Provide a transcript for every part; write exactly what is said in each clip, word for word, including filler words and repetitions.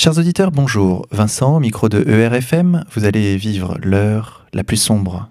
Chers auditeurs, bonjour. Vincent, au micro de E R F M, vous allez vivre l'heure la plus sombre.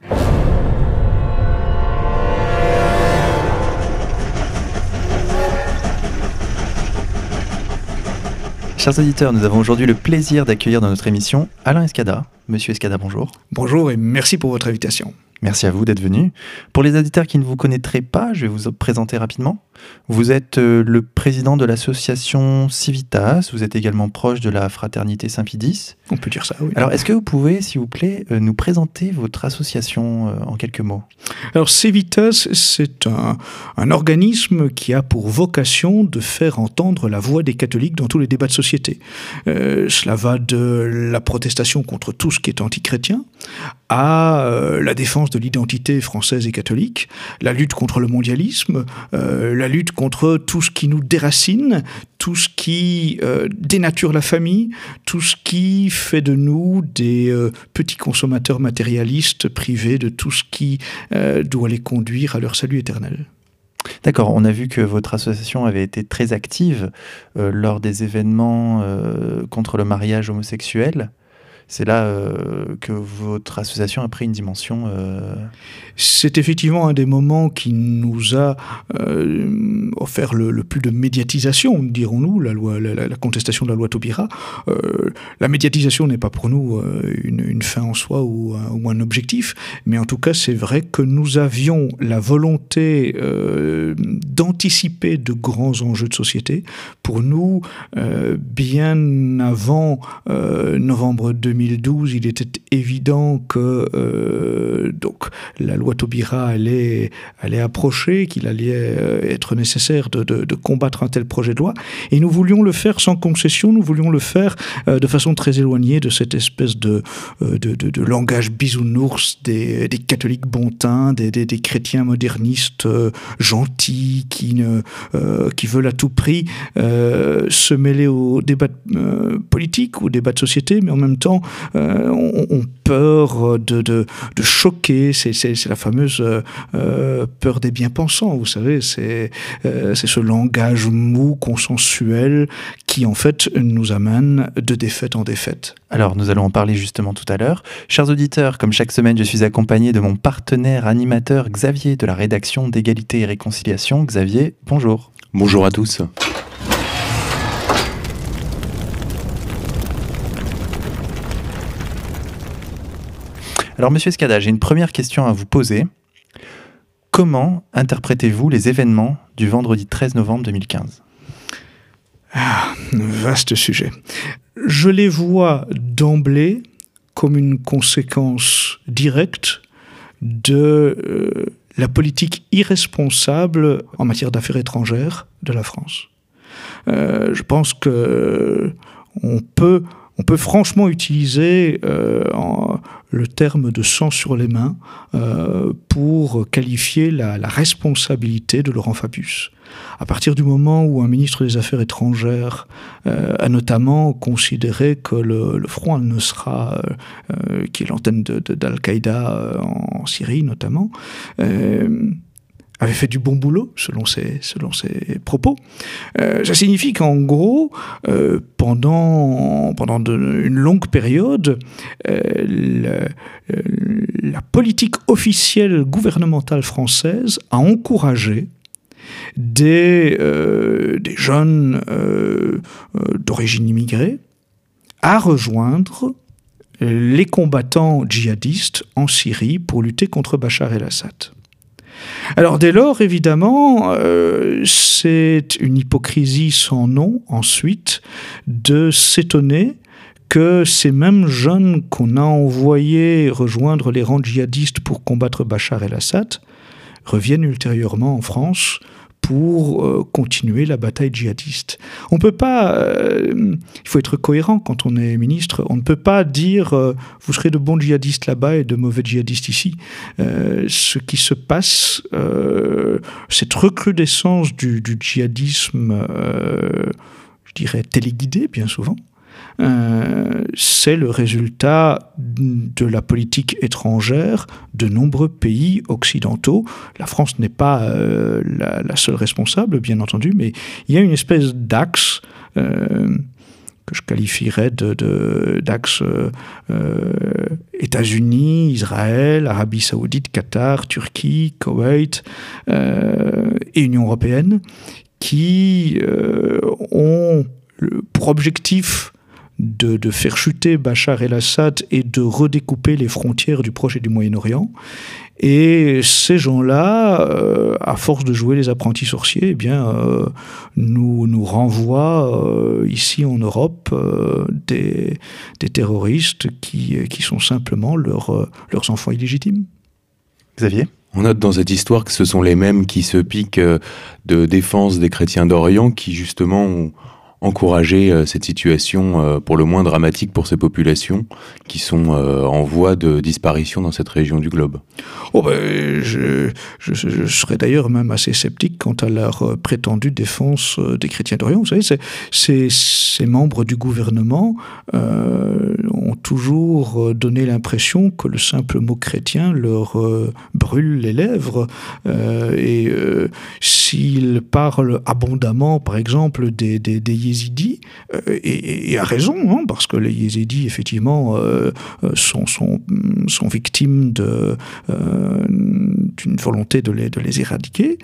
Chers auditeurs, nous avons aujourd'hui le plaisir d'accueillir dans notre émission Alain Escada. Monsieur Escada, bonjour. Bonjour et merci pour votre invitation. Merci à vous d'être venu. Pour les auditeurs qui ne vous connaîtraient pas, je vais vous présenter rapidement. Vous êtes le président de l'association Civitas, vous êtes également proche de la fraternité Saint-Pie-X. On peut dire ça, oui. Alors, est-ce que vous pouvez, s'il vous plaît, nous présenter votre association en quelques mots ? Alors, Civitas, c'est un, un organisme qui a pour vocation de faire entendre la voix des catholiques dans tous les débats de société. Euh, cela va de la protestation contre tout ce qui est antichrétien à euh, la défense de l'identité française et catholique, la lutte contre le mondialisme, euh, la lutte contre tout ce qui nous déracine, tout ce qui euh, dénature la famille, tout ce qui fait de nous des euh, petits consommateurs matérialistes privés de tout ce qui euh, doit les conduire à leur salut éternel. D'accord, on a vu que votre association avait été très active euh, lors des événements euh, contre le mariage homosexuel. C'est là euh, que votre association a pris une dimension... Euh... C'est effectivement un des moments qui nous a euh, offert le, le plus de médiatisation, dirons-nous, la, loi, la, la contestation de la loi Taubira. Euh, la médiatisation n'est pas pour nous euh, une, une fin en soi ou un, ou un objectif, mais en tout cas c'est vrai que nous avions la volonté euh, d'anticiper de grands enjeux de société. Pour nous, euh, bien avant euh, novembre deux mille douze, il était évident que euh, donc, la loi Taubira allait, allait approcher, qu'il allait euh, être nécessaire de, de, de combattre un tel projet de loi. Et nous voulions le faire sans concession, nous voulions le faire euh, de façon très éloignée de cette espèce de, euh, de, de, de langage bisounours des, des catholiques bontins, des, des, des chrétiens modernistes euh, gentils qui, ne, euh, qui veulent à tout prix euh, se mêler aux débats euh, politiques, aux débats de société, mais en même temps Euh, ont, ont peur de, de, de choquer, c'est, c'est, c'est la fameuse euh, peur des bien-pensants, vous savez, c'est, euh, c'est ce langage mou, consensuel, qui en fait nous amène de défaite en défaite. Alors nous allons en parler justement tout à l'heure. Chers auditeurs, comme chaque semaine, je suis accompagné de mon partenaire animateur Xavier de la rédaction d'Égalité et Réconciliation. Xavier, bonjour. Bonjour à tous. Alors, Monsieur Escada, j'ai une première question à vous poser. Comment interprétez-vous les événements du vendredi treize novembre deux mille quinze ? Ah, vaste sujet. Je les vois d'emblée comme une conséquence directe de euh, la politique irresponsable en matière d'affaires étrangères de la France. Euh, je pense que on peut... On peut franchement utiliser euh, en, le terme de sang sur les mains euh, pour qualifier la, la responsabilité de Laurent Fabius. À partir du moment où un ministre des Affaires étrangères euh, a notamment considéré que le, le Front al-Nusra, euh, qui est l'antenne de, de, d'Al-Qaïda euh, en Syrie notamment, euh, avait fait du bon boulot, selon ses, selon ses propos. Euh, ça signifie qu'en gros, euh, pendant, pendant de, une longue période, euh, la, la politique officielle gouvernementale française a encouragé des, euh, des jeunes euh, euh, d'origine immigrée à rejoindre les combattants djihadistes en Syrie pour lutter contre Bachar el-Assad. Alors dès lors, évidemment, euh, c'est une hypocrisie sans nom, ensuite, de s'étonner que ces mêmes jeunes qu'on a envoyés rejoindre les rangs djihadistes pour combattre Bachar el-Assad reviennent ultérieurement en France pour euh, continuer la bataille djihadiste. On peut pas, euh, il faut être cohérent quand on est ministre, on ne peut pas dire euh, vous serez de bons djihadistes là-bas et de mauvais djihadistes ici. Euh, ce qui se passe, euh, cette recrudescence du, du djihadisme, euh, je dirais téléguidé bien souvent, Euh, c'est le résultat de la politique étrangère de nombreux pays occidentaux. La France n'est pas euh, la, la seule responsable, bien entendu, mais il y a une espèce d'axe euh, que je qualifierais de, de, d'axe euh, États-Unis, Israël, Arabie Saoudite, Qatar, Turquie, Koweït euh, et Union européenne, qui euh, ont pour objectif de, de faire chuter Bachar el-Assad et de redécouper les frontières du Proche et du Moyen-Orient. Et ces gens-là, euh, à force de jouer les apprentis sorciers, eh bien, euh, nous, nous renvoient euh, ici en Europe euh, des, des terroristes qui, qui sont simplement leur, euh, leurs enfants illégitimes. Xavier ? On note dans cette histoire que ce sont les mêmes qui se piquent de défense des chrétiens d'Orient qui justement ont encourager cette situation pour le moins dramatique pour ces populations qui sont en voie de disparition dans cette région du globe. Oh ben, je, je, je serais d'ailleurs même assez sceptique quant à leur prétendue défense des chrétiens d'Orient. Vous savez, c'est, c'est, ces membres du gouvernement euh, ont toujours donné l'impression que le simple mot chrétien leur euh, brûle les lèvres euh, et euh, s'ils parlent abondamment, par exemple, des, des, des Yézidis, euh, et, et à raison, hein, parce que les Yézidis, effectivement, euh, sont, sont, sont victimes de, euh, d'une volonté de les, de les éradiquer,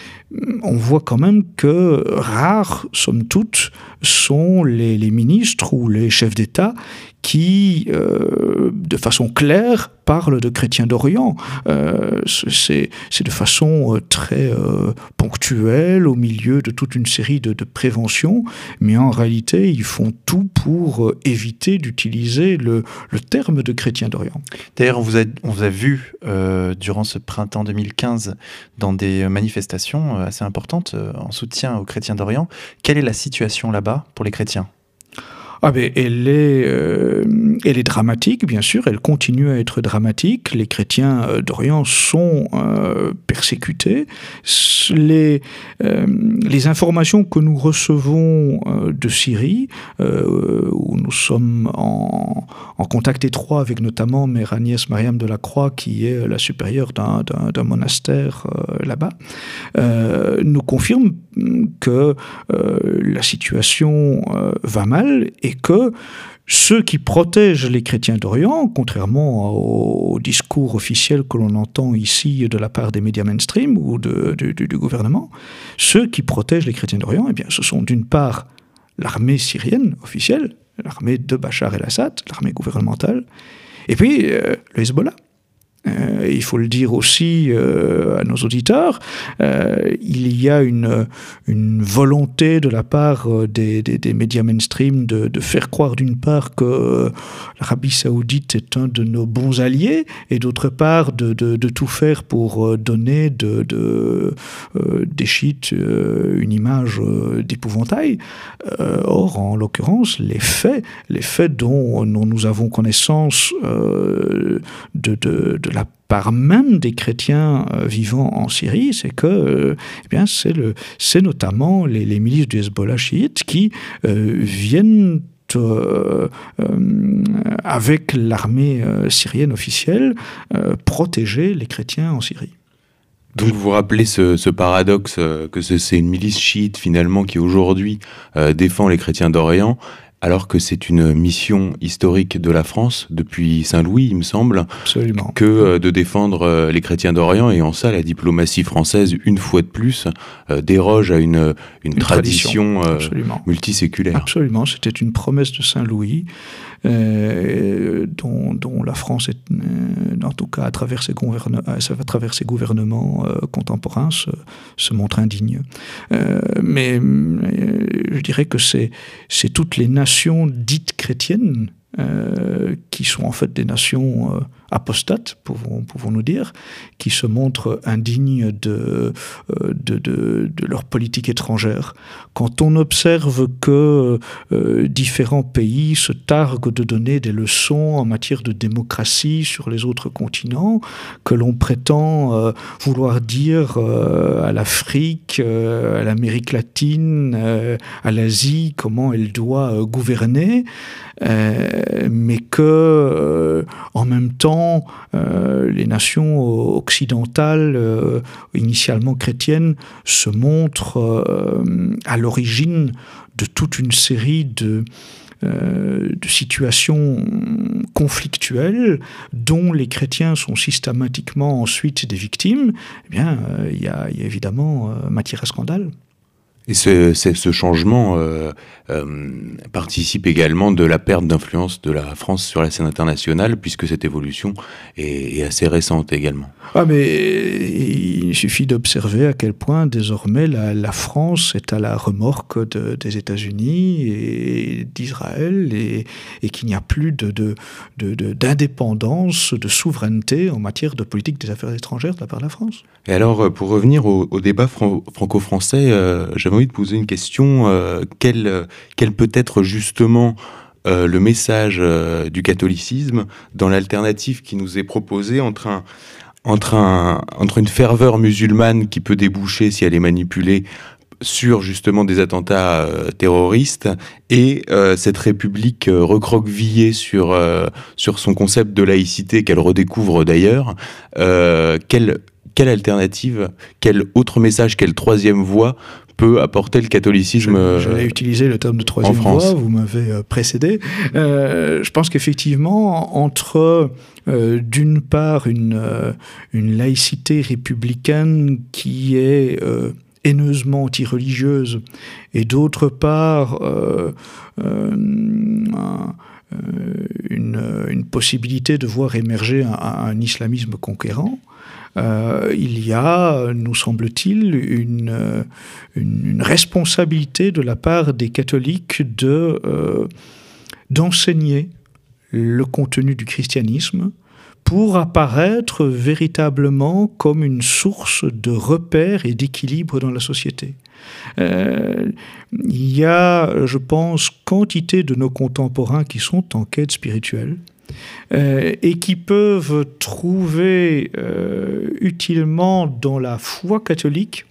on voit quand même que rares, somme toute, sont les, les ministres ou les chefs d'État qui, euh, de façon claire, parlent de chrétiens d'Orient. Euh, c'est, c'est de façon très euh, ponctuelle, au milieu de toute une série de, de préventions, mais en réalité, ils font tout pour éviter d'utiliser le, le terme de chrétiens d'Orient. D'ailleurs, on vous a, on vous a vu, euh, durant ce printemps deux mille quinze, dans des manifestations assez importantes euh, en soutien aux chrétiens d'Orient. Quelle est la situation là-bas pour les chrétiens ? Ah ben, elle est, euh, elle est dramatique, bien sûr, elle continue à être dramatique. Les chrétiens d'Orient sont euh, persécutés. Les, euh, les informations que nous recevons euh, de Syrie, euh, où nous sommes en, en contact étroit avec notamment Mère Agnès Mariam de la Croix, qui est la supérieure d'un, d'un, d'un monastère euh, là-bas, euh, nous confirment que euh, la situation euh, va mal et que ceux qui protègent les chrétiens d'Orient, contrairement au, au discours officiel que l'on entend ici de la part des médias mainstream ou de, de, du, du gouvernement, ceux qui protègent les chrétiens d'Orient, eh bien, ce sont d'une part l'armée syrienne officielle, l'armée de Bachar el-Assad, l'armée gouvernementale, et puis euh, le Hezbollah. Euh, il faut le dire aussi euh, à nos auditeurs, euh, il y a une, une volonté de la part des, des, des médias mainstream de, de faire croire d'une part que euh, l'Arabie Saoudite est un de nos bons alliés et d'autre part de, de, de tout faire pour donner de, de, euh, des chiites euh, une image euh, d'épouvantail. Euh, or, en l'occurrence, les faits, les faits dont, dont nous avons connaissance euh, de, de, de la part même des chrétiens euh, vivant en Syrie, c'est que euh, eh bien, c'est, le, c'est notamment les, les milices du Hezbollah chiite qui euh, viennent euh, euh, avec l'armée euh, syrienne officielle euh, protéger les chrétiens en Syrie. Donc vous vous rappelez ce, ce paradoxe euh, que c'est, c'est une milice chiite finalement qui aujourd'hui euh, défend les chrétiens d'Orient, alors que c'est une mission historique de la France, depuis Saint-Louis, il me semble, Absolument. que euh, de défendre euh, les chrétiens d'Orient. Et en ça, la diplomatie française, une fois de plus, euh, déroge à une, une, une tradition, tradition euh, multiséculaire. Absolument, c'était une promesse de Saint-Louis, euh, dont, dont la France, est, euh, en tout cas à travers ses, gouverne- à travers ses gouvernements euh, contemporains, se, se montre indigne. Euh, mais euh, je dirais que c'est, c'est toutes les nations dites chrétiennes, euh, qui sont en fait des nations euh, apostates, pouvons, pouvons-nous dire, qui se montrent indignes de, euh, de, de, de leur politique étrangère. Quand on observe que euh, différents pays se targuent de donner des leçons en matière de démocratie sur les autres continents, que l'on prétend euh, vouloir dire euh, à l'Afrique, euh, à l'Amérique latine, euh, à l'Asie, comment elle doit euh, gouverner, euh, mais que, euh, en même temps, Euh, les nations occidentales, euh, initialement chrétiennes, se montrent euh, à l'origine de toute une série de, euh, de situations conflictuelles dont les chrétiens sont systématiquement ensuite des victimes, eh bien, euh, il y a, il y a évidemment euh, matière à scandale. Et ce, ce, ce changement euh, euh, participe également de la perte d'influence de la France sur la scène internationale, puisque cette évolution est, est assez récente également. Ah, mais il suffit d'observer à quel point désormais la, la France est à la remorque de, des États-Unis et d'Israël, et, et qu'il n'y a plus de, de, de, de, d'indépendance, de souveraineté en matière de politique des affaires étrangères de la part de la France. Et alors, pour revenir au, au débat fran- franco-français, euh, j'avais envie de poser une question. Euh, quel, quel peut être justement euh, le message euh, du catholicisme dans l'alternative qui nous est proposée entre, un, entre, un, entre une ferveur musulmane qui peut déboucher, si elle est manipulée, sur justement des attentats euh, terroristes et euh, cette République euh, recroquevillée sur, euh, sur son concept de laïcité qu'elle redécouvre d'ailleurs. Euh, quelle Quelle alternative, quel autre message, quelle troisième voie peut apporter le catholicisme euh, J'allais utiliser le terme de troisième voie, vous m'avez euh, précédé. Euh, je pense qu'effectivement, entre euh, d'une part une, euh, une laïcité républicaine qui est euh, haineusement anti-religieuse, et d'autre part euh, euh, un, une, une possibilité de voir émerger un, un islamisme conquérant, Euh, il y a, nous semble-t-il, une, une, une responsabilité de la part des catholiques de, euh, d'enseigner le contenu du christianisme pour apparaître véritablement comme une source de repères et d'équilibre dans la société. Euh, il y a, je pense, quantité de nos contemporains qui sont en quête spirituelle, Euh, et qui peuvent trouver euh, utilement dans la foi catholique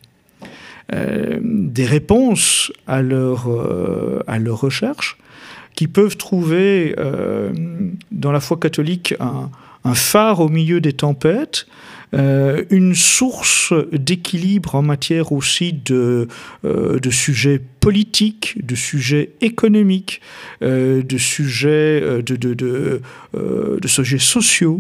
euh, des réponses à leur, euh, à leur recherche, qui peuvent trouver euh, dans la foi catholique un, un phare au milieu des tempêtes, euh, une source d'équilibre en matière aussi de, euh, de sujets politiques, de sujets économiques, euh, de sujets, euh, de, de, de, euh, de sujets sociaux.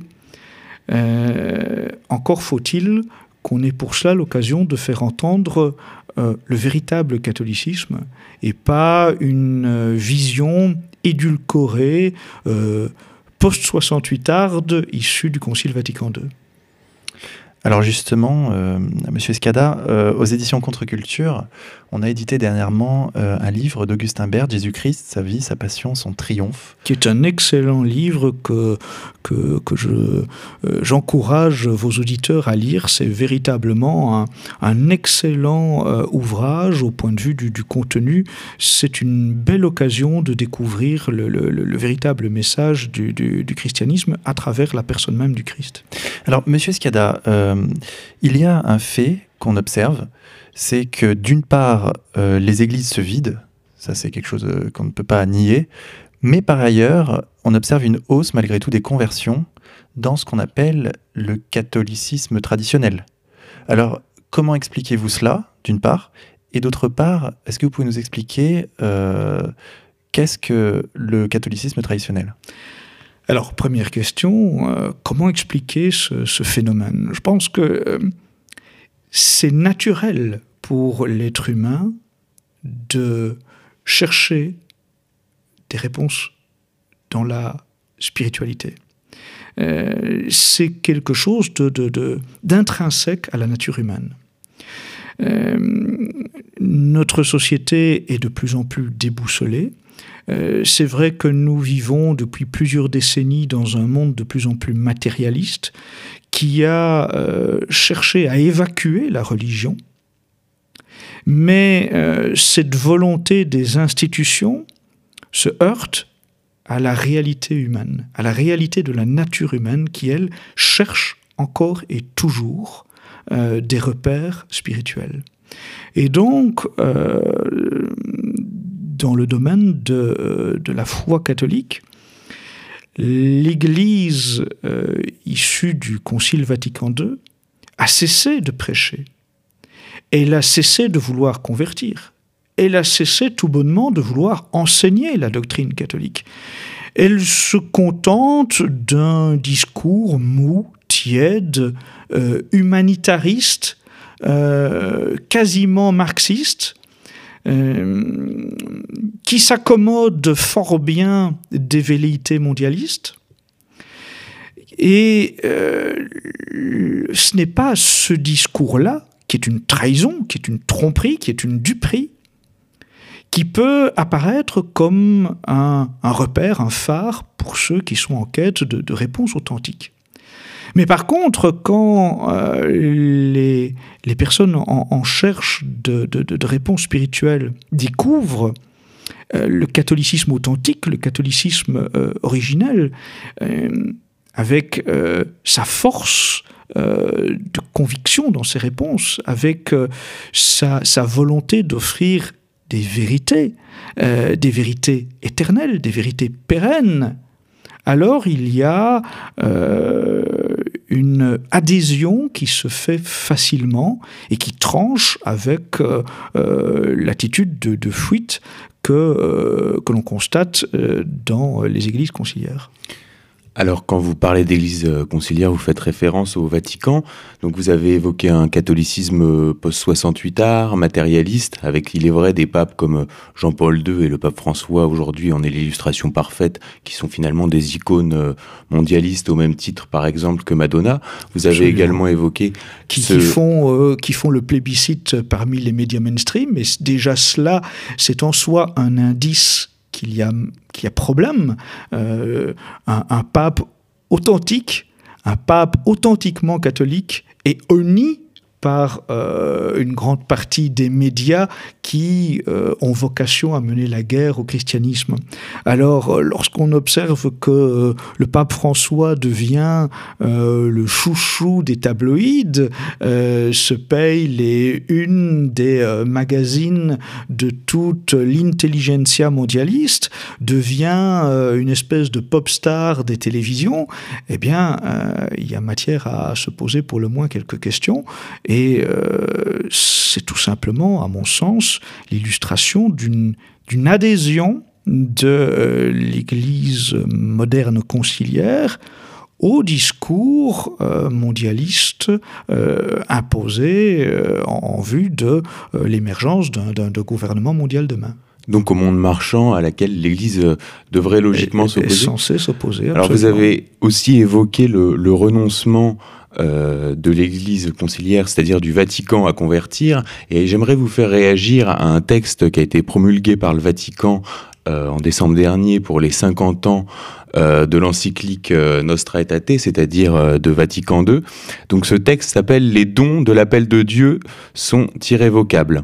Euh, encore faut-il qu'on ait pour cela l'occasion de faire entendre euh, le véritable catholicisme et pas une vision édulcorée, euh, post-soixante-huitarde, issue du Concile Vatican deux. Alors justement, euh, Monsieur Escada, euh, aux éditions Contre-Culture, on a édité dernièrement euh, un livre d'Augustin Berthe, Jésus-Christ, sa vie, sa passion, son triomphe. Qui est un excellent livre que, que, que je, euh, j'encourage vos auditeurs à lire. C'est véritablement un, un excellent euh, ouvrage au point de vue du, du contenu. C'est une belle occasion de découvrir le, le, le, le véritable message du, du, du christianisme à travers la personne même du Christ. Alors, Monsieur Escada, euh, il y a un fait qu'on observe, c'est que d'une part, euh, les églises se vident, ça c'est quelque chose euh, qu'on ne peut pas nier, mais par ailleurs, on observe une hausse malgré tout des conversions dans ce qu'on appelle le catholicisme traditionnel. Alors, comment expliquez-vous cela, d'une part, et d'autre part, est-ce que vous pouvez nous expliquer euh, qu'est-ce que le catholicisme traditionnel ? Alors, première question, euh, comment expliquer ce, ce phénomène ? Je pense que euh, c'est naturel pour l'être humain de chercher des réponses dans la spiritualité. Euh, c'est quelque chose de, de, de, d'intrinsèque à la nature humaine. Euh, notre société est de plus en plus déboussolée. Euh, c'est vrai que nous vivons depuis plusieurs décennies dans un monde de plus en plus matérialiste qui a euh, cherché à évacuer la religion, mais euh, cette volonté des institutions se heurte à la réalité humaine, à la réalité de la nature humaine qui, elle, cherche encore et toujours euh, des repères spirituels. Et donc, euh, dans le domaine de, de la foi catholique, l'Église euh, issue du Concile Vatican deux a cessé de prêcher. Elle a cessé de vouloir convertir. elle a cessé tout bonnement de vouloir enseigner la doctrine catholique. Elle se contente d'un discours mou, tiède, euh, humanitariste, euh, quasiment marxiste, euh, qui s'accommode fort bien des velléités mondialistes. Et euh, ce n'est pas ce discours-là, qui est une trahison, qui est une tromperie, qui est une duperie, qui peut apparaître comme un, un repère, un phare pour ceux qui sont en quête de, de réponses authentiques. Mais par contre, quand euh, les, les personnes en, en cherche de, de, de réponses spirituelles découvrent euh, le catholicisme authentique, le catholicisme euh, originel, euh, avec euh, sa force euh, de conviction dans ses réponses, avec euh, sa, sa volonté d'offrir des vérités, euh, des vérités éternelles, des vérités pérennes, alors il y a euh, une adhésion qui se fait facilement et qui tranche avec euh, euh, l'attitude de, de fuite que, euh, que l'on constate euh, dans les églises conciliaires. Alors, quand vous parlez d'église conciliaire, vous faites référence au Vatican. Donc, vous avez évoqué un catholicisme post-soixante-huitard, matérialiste, avec, il est vrai, des papes comme Jean-Paul deux et le pape François, aujourd'hui, en est l'illustration parfaite, qui sont finalement des icônes mondialistes au même titre, par exemple, que Madonna. Vous avez Absolument. également évoqué... Qui, ce... qui, font, euh, qui font le plébiscite parmi les médias mainstream, et déjà cela, c'est en soi un indice qu'il y a, qu'il y a problème. Euh, un, un pape authentique, un pape authentiquement catholique est honni par euh, une grande partie des médias qui euh, ont vocation à mener la guerre au christianisme. Alors, lorsqu'on observe que euh, le pape François devient euh, le chouchou des tabloïds, euh, se paye les unes des euh, magazines de toute l'intelligentsia mondialiste, devient euh, une espèce de pop star des télévisions, eh bien, euh, il y a matière à se poser pour le moins quelques questions. Et euh, c'est tout simplement, à mon sens, l'illustration d'une, d'une adhésion de euh, l'Église moderne conciliaire au discours euh, mondialiste euh, imposé euh, en, en vue de euh, l'émergence d'un, d'un, d'un gouvernement mondial demain. Donc au monde marchand à laquelle l'Église devrait logiquement est, s'opposer. Est censée s'opposer. Alors vous avez aussi évoqué le, le renoncement euh, de l'Église conciliaire, c'est-à-dire du Vatican à convertir, et j'aimerais vous faire réagir à un texte qui a été promulgué par le Vatican euh, en décembre dernier pour les cinquante ans euh, de l'encyclique euh, Nostra Aetate, c'est-à-dire euh, de Vatican deux. Donc ce texte s'appelle « Les dons de l'appel de Dieu sont irrévocables ».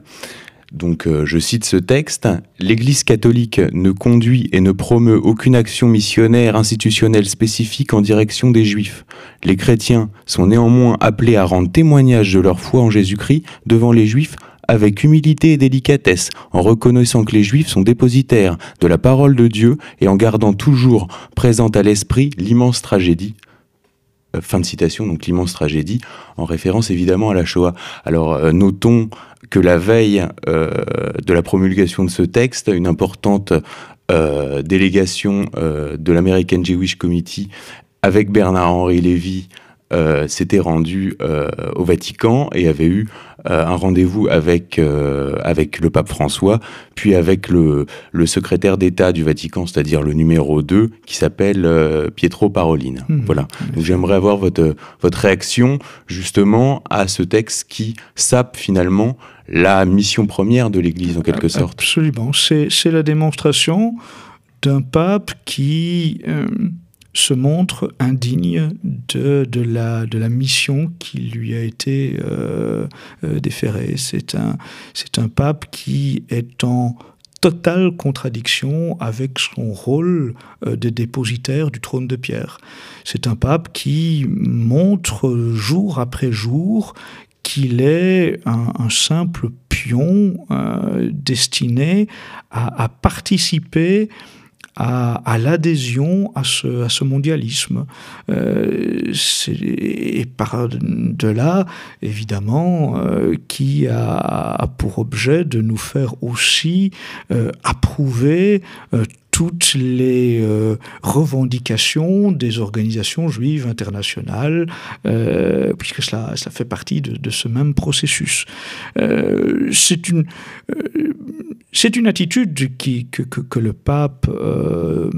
Donc, euh, je cite ce texte, « L'Église catholique ne conduit et ne promeut aucune action missionnaire institutionnelle spécifique en direction des Juifs. Les chrétiens sont néanmoins appelés à rendre témoignage de leur foi en Jésus-Christ devant les Juifs avec humilité et délicatesse, en reconnaissant que les Juifs sont dépositaires de la parole de Dieu et en gardant toujours présente à l'esprit l'immense tragédie. » Fin de citation, donc l'immense tragédie, en référence évidemment à la Shoah. Alors, euh, notons que la veille euh, de la promulgation de ce texte, une importante euh, délégation euh, de l'American Jewish Committee avec Bernard-Henri Lévy euh, s'était rendue euh, au Vatican et avait eu euh, un rendez-vous avec, euh, avec le pape François, puis avec le, le secrétaire d'État du Vatican, c'est-à-dire le numéro deux, qui s'appelle euh, Pietro Parolin. Mmh, voilà. Donc j'aimerais avoir votre, votre réaction justement à ce texte qui sape finalement la mission première de l'Église, en quelque sorte. Absolument. C'est, c'est la démonstration d'un pape qui euh, se montre indigne de, de, la, de la mission qui lui a été euh, euh, déférée. C'est un, c'est un pape qui est en totale contradiction avec son rôle euh, de dépositaire du trône de Pierre. C'est un pape qui montre jour après jour qu'il est un, un simple pion euh, destiné à, à participer à, à l'adhésion à ce, à ce mondialisme. Euh, c'est, et par de là, évidemment, euh, qui a, a pour objet de nous faire aussi euh, approuver euh, toutes les euh, revendications des organisations juives internationales, euh, puisque cela, cela fait partie de, de ce même processus. Euh, c'est une, euh, c'est une attitude qui, que, que, que le pape euh,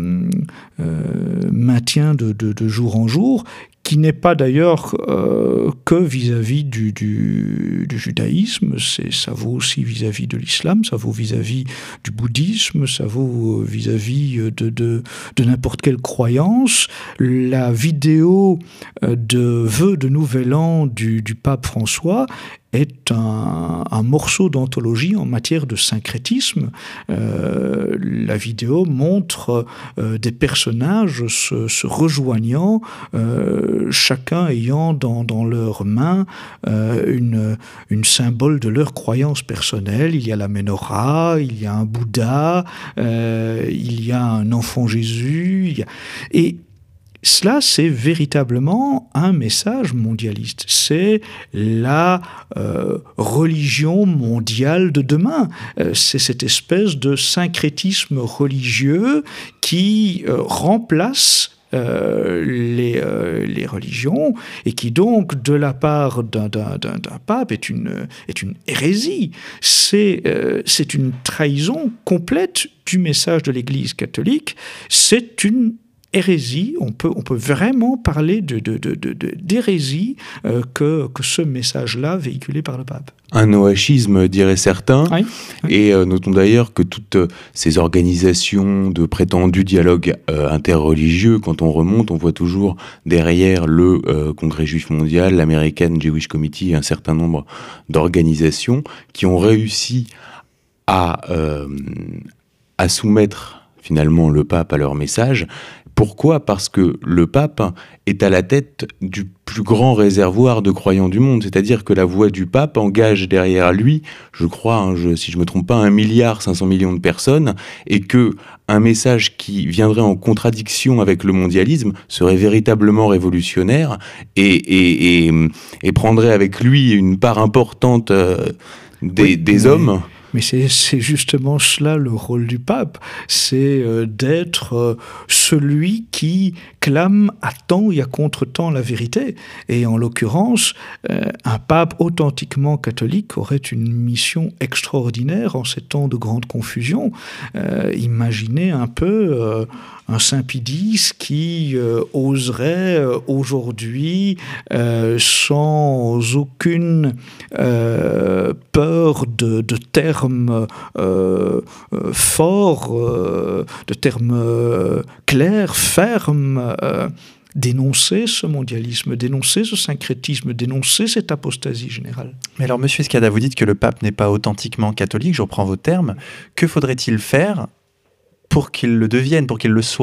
euh, maintient de, de, de jour en jour, qui n'est pas d'ailleurs euh, que vis-à-vis du, du, du judaïsme, c'est, ça vaut aussi vis-à-vis de l'islam, ça vaut vis-à-vis du bouddhisme, ça vaut vis-à-vis de, de, de n'importe quelle croyance. La vidéo de vœux de Nouvel An du, du pape François est un, un morceau d'anthologie en matière de syncrétisme. Euh, la vidéo montre euh, des personnages se, se rejoignant, euh, chacun ayant dans, dans leurs mains euh, une, une symbole de leur croyance personnelle. Il y a la Ménorah, il y a un Bouddha, euh, il y a un enfant Jésus. Il y a... Et cela, c'est véritablement un message mondialiste. C'est la euh, religion mondiale de demain. Euh, c'est cette espèce de syncrétisme religieux qui euh, remplace Euh, les, euh, les religions, et qui donc, de la part d'un, d'un, d'un, d'un pape, est une, est une hérésie. C'est, euh, c'est une trahison complète du message de l'Église catholique. C'est une hérésie, on peut, on peut vraiment parler de, de, de, de, d'hérésie euh, que, que ce message-là véhiculé par le pape. Un noachisme, diraient certains. Oui, oui. Et euh, notons d'ailleurs que toutes ces organisations de prétendus dialogues euh, interreligieux, quand on remonte, on voit toujours derrière le euh, Congrès juif mondial, l'American Jewish Committee et un certain nombre d'organisations qui ont réussi à, euh, à soumettre finalement le pape à leur message. Pourquoi ? Parce que le pape est à la tête du plus grand réservoir de croyants du monde, c'est-à-dire que la voix du pape engage derrière lui, je crois, hein, je, si je me trompe pas, un milliard cinq cents millions de personnes, et que un message qui viendrait en contradiction avec le mondialisme serait véritablement révolutionnaire et, et, et, et prendrait avec lui une part importante euh, des, oui, des mais... hommes. Mais c'est, c'est justement cela le rôle du pape, c'est euh, d'être euh, celui qui clame à temps et à contre-temps la vérité. Et en l'occurrence, euh, un pape authentiquement catholique aurait une mission extraordinaire en ces temps de grande confusion. Euh, imaginez un peu euh, un Saint-Pédis qui euh, oserait euh, aujourd'hui, euh, sans aucune euh, peur de, de termes euh, euh, forts, euh, de termes euh, clairs, fermes, euh, dénoncer ce mondialisme, dénoncer ce syncrétisme, dénoncer cette apostasie générale. Mais alors, Monsieur Escada, vous dites que le pape n'est pas authentiquement catholique, je reprends vos termes. Que faudrait-il faire pour qu'il le devienne, pour qu'il le soit ?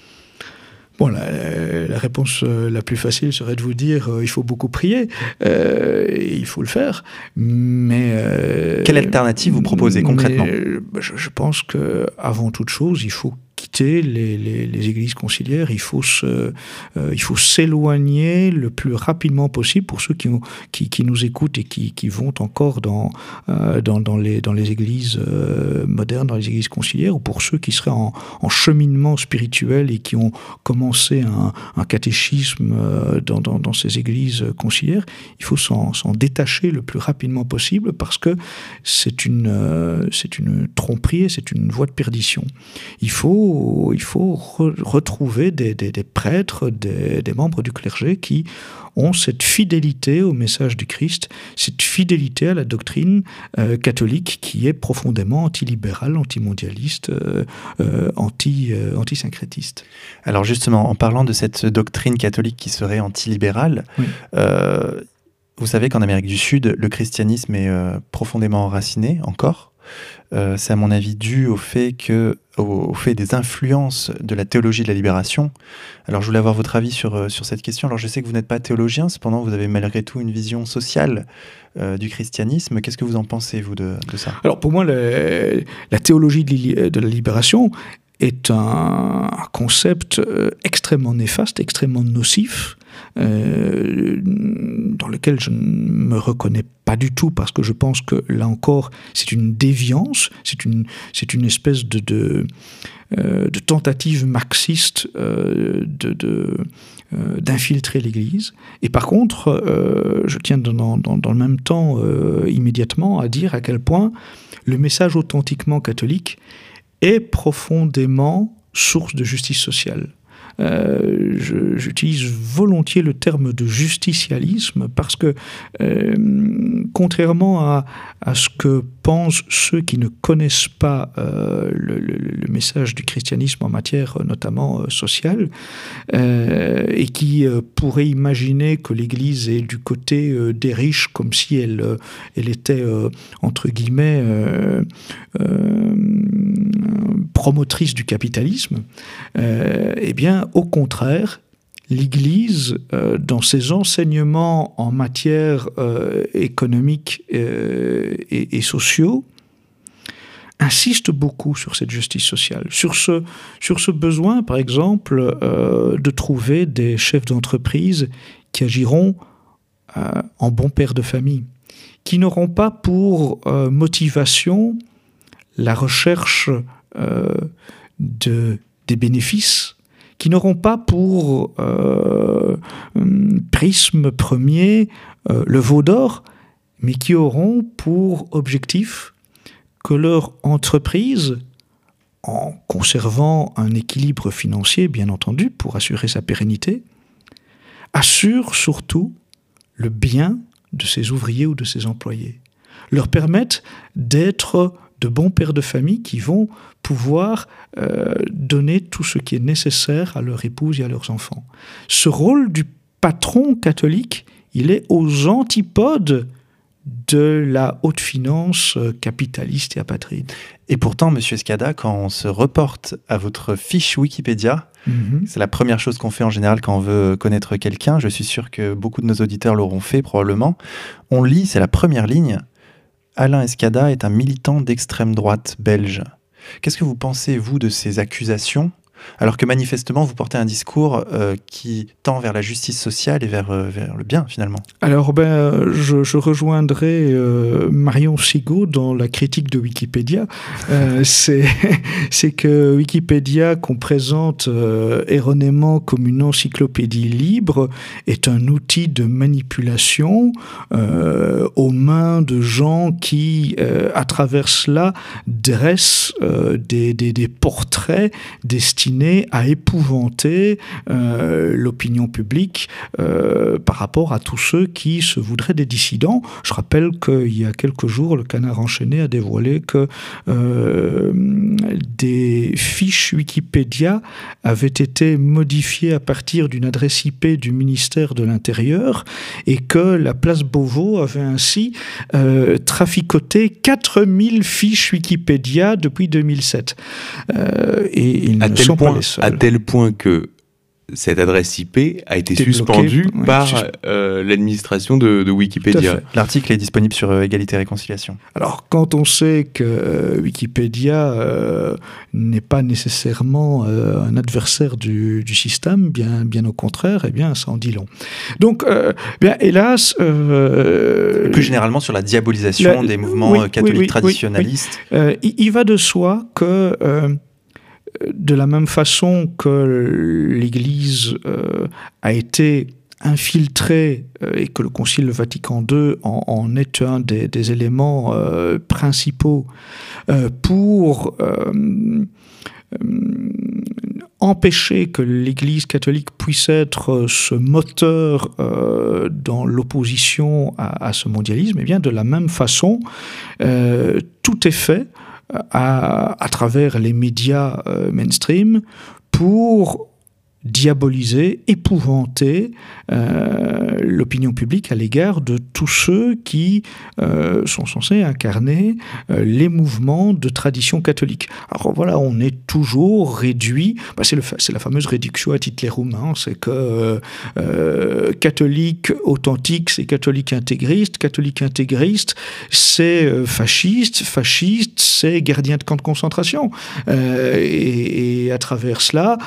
Bon, la, la réponse la plus facile serait de vous dire euh, il faut beaucoup prier, euh, et il faut le faire, mais... Euh, Quelle alternative vous proposez concrètement ? mais, je, je pense qu'avant toute chose, il faut quitter les, les, les églises conciliaires, il faut, se, euh, il faut s'éloigner le plus rapidement possible pour ceux qui, ont, qui, qui nous écoutent et qui, qui vont encore dans, euh, dans, dans, les, dans les églises euh, modernes, dans les églises conciliaires, ou pour ceux qui seraient en, en cheminement spirituel et qui ont commencé un, un catéchisme euh, dans, dans, dans ces églises conciliaires. Il faut s'en, s'en détacher le plus rapidement possible parce que c'est une, euh, c'est une tromperie, c'est une voie de perdition. Il faut il faut re- retrouver des, des, des prêtres, des, des membres du clergé qui ont cette fidélité au message du Christ, cette fidélité à la doctrine euh, catholique qui est profondément antilibérale, antimondialiste, euh, euh, anti, euh, anti-syncrétiste. Alors justement, en parlant de cette doctrine catholique qui serait antilibérale, oui. euh, vous savez qu'en Amérique du Sud, le christianisme est euh, profondément enraciné encore. Euh, c'est à mon avis dû au fait, que, au, au fait des influences de la théologie de la libération. Alors je voulais avoir votre avis sur, sur cette question. Alors je sais que vous n'êtes pas théologien, cependant vous avez malgré tout une vision sociale euh, du christianisme. Qu'est-ce que vous en pensez, vous, de, de ça ? Alors pour moi, le, la théologie de, de la libération est un, un concept euh, extrêmement néfaste, extrêmement nocif, euh, dans lequel je ne me reconnais pas du tout, parce que je pense que, là encore, c'est une déviance, c'est une, c'est une espèce de, de, euh, de tentative marxiste euh, de, de, euh, d'infiltrer l'Église. Et par contre, euh, je tiens dans, dans, dans le même temps euh, immédiatement à dire à quel point le message authentiquement catholique est profondément source de justice sociale. Euh, je, j'utilise volontiers le terme de justicialisme parce que, euh, contrairement à, à ce que pensent ceux qui ne connaissent pas euh, le, le, le message du christianisme en matière notamment euh, sociale, euh, et qui euh, pourraient imaginer que l'Église est du côté euh, des riches, comme si elle, euh, elle était, euh, entre guillemets, euh, euh, promotrice du capitalisme, euh, eh bien, au contraire, l'Église, euh, dans ses enseignements en matière euh, économique euh, et, et sociaux, insiste beaucoup sur cette justice sociale, sur ce, sur ce besoin, par exemple, euh, de trouver des chefs d'entreprise qui agiront euh, en bons pères de famille, qui n'auront pas pour euh, motivation la recherche euh, de, des bénéfices, qui n'auront pas pour euh, prisme premier euh, le veau d'or, mais qui auront pour objectif que leur entreprise, en conservant un équilibre financier, bien entendu, pour assurer sa pérennité, assure surtout le bien de ses ouvriers ou de ses employés, leur permettent d'être de bons pères de famille qui vont pouvoir euh, donner tout ce qui est nécessaire à leur épouse et à leurs enfants. Ce rôle du patron catholique, il est aux antipodes de la haute finance capitaliste et apatride. Et pourtant, Monsieur Escada, quand on se reporte à votre fiche Wikipédia, mm-hmm. c'est la première chose qu'on fait en général quand on veut connaître quelqu'un. Je suis sûr que beaucoup de nos auditeurs l'auront fait probablement. On lit, c'est la première ligne. Alain Escada est un militant d'extrême droite belge. Qu'est-ce que vous pensez, vous, de ces accusations, alors que manifestement vous portez un discours euh, qui tend vers la justice sociale et vers, euh, vers le bien, finalement? Alors, ben, je, je rejoindrai euh, Marion Sigaud dans la critique de Wikipédia. Euh, c'est, c'est que Wikipédia, qu'on présente euh, erronément comme une encyclopédie libre, est un outil de manipulation euh, aux mains de gens qui, euh, à travers cela, dressent euh, des, des, des portraits destinés à épouvanter euh, l'opinion publique euh, par rapport à tous ceux qui se voudraient des dissidents. Je rappelle qu'il y a quelques jours, le Canard enchaîné a dévoilé que euh, des fiches Wikipédia avaient été modifiées à partir d'une adresse I P du ministère de l'Intérieur et que la place Beauvau avait ainsi euh, traficoté quatre mille fiches Wikipédia depuis deux mille sept. Euh, et ils ne sont pas les seuls. À tel point que cette adresse I P a été T'es suspendue bloqué, par oui, euh, l'administration de, de Wikipédia. L'article est disponible sur euh, Égalité et Réconciliation. Alors, quand on sait que euh, Wikipédia euh, n'est pas nécessairement euh, un adversaire du, du système, bien, bien au contraire, eh bien, ça en dit long. Donc, euh, bien, hélas... Euh, Plus généralement sur la diabolisation la, des mouvements oui, catholiques oui, oui, traditionnalistes. Oui, oui. Euh, il, il va de soi que... Euh, de la même façon que l'Église euh, a été infiltrée euh, et que le Concile Vatican deux en, en est un des, des éléments euh, principaux euh, pour euh, euh, empêcher que l'Église catholique puisse être ce moteur euh, dans l'opposition à, à ce mondialisme, et bien de la même façon, euh, tout est fait À, à travers les médias euh, mainstream pour diaboliser, épouvanter euh, l'opinion publique à l'égard de tous ceux qui euh, sont censés incarner euh, les mouvements de tradition catholique. Alors voilà, on est toujours réduit, bah c'est, le, c'est la fameuse réduction ad Hitlerum, hein, c'est que euh, catholique authentique, c'est catholique intégriste, catholique intégriste, c'est euh, fasciste, fasciste, c'est gardien de camp de concentration. Euh, et, et à travers cela,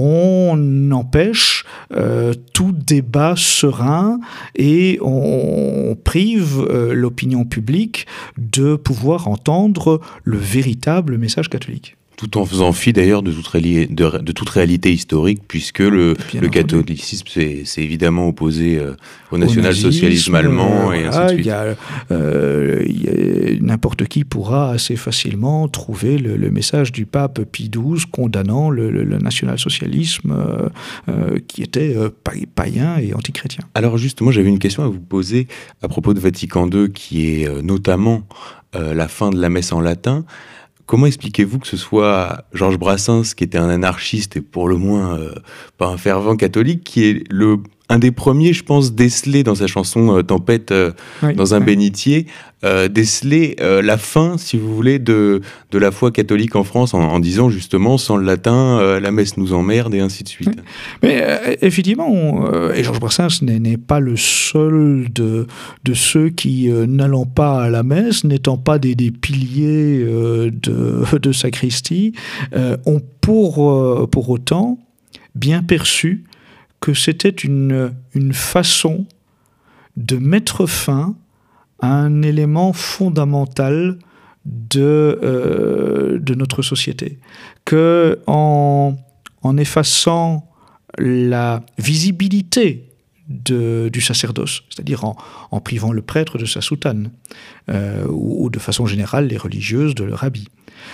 on empêche euh, tout débat serein et on, on prive euh, l'opinion publique de pouvoir entendre le véritable message catholique. Tout en faisant fi d'ailleurs de toute, réali- de, de toute réalité historique, puisque le, le catholicisme s'est, s'est évidemment opposé euh, au national-socialisme allemand, euh, et voilà, ainsi de suite. Y a, euh, y a, n'importe qui pourra assez facilement trouver le, le message du pape Pie douze condamnant le, le, le national-socialisme euh, euh, qui était euh, païen et antichrétien. Alors justement, j'avais une question à vous poser à propos de Vatican deux, qui est euh, notamment euh, la fin de la messe en latin. Comment expliquez-vous que ce soit Georges Brassens, qui était un anarchiste et pour le moins euh, pas un fervent catholique, qui est le, un des premiers, je pense, décelé dans sa chanson euh, Tempête euh, oui, dans un oui. bénitier, euh, déceler euh, la fin, si vous voulez, de, de la foi catholique en France, en, en disant justement, sans le latin, euh, la messe nous emmerde, et ainsi de suite. Oui. Mais euh, effectivement, on, euh, et Georges Brassens n'est, n'est pas le seul de, de ceux qui, euh, n'allant pas à la messe, n'étant pas des, des piliers euh, de, de sacristie, euh, ont pour, euh, pour autant bien perçu que c'était une, une façon de mettre fin à un élément fondamental de, euh, de notre société. Que en, en effaçant la visibilité de, du sacerdoce, c'est-à-dire en, en privant le prêtre de sa soutane, euh, ou, ou de façon générale les religieuses de leur habit,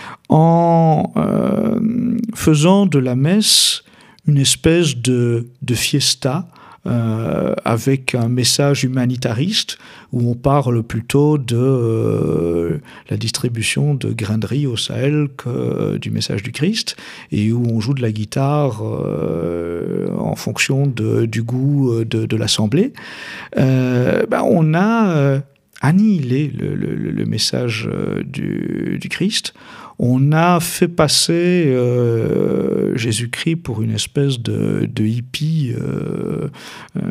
en euh, faisant de la messe une espèce de, de fiesta euh, avec un message humanitariste où on parle plutôt de euh, la distribution de grains de riz au Sahel que euh, du message du Christ, et où on joue de la guitare euh, en fonction de, du goût de, de l'assemblée. Euh, ben on a euh, annihilé le, le, le message euh, du, du Christ. On a fait passer euh, Jésus-Christ pour une espèce de, de hippie euh, euh,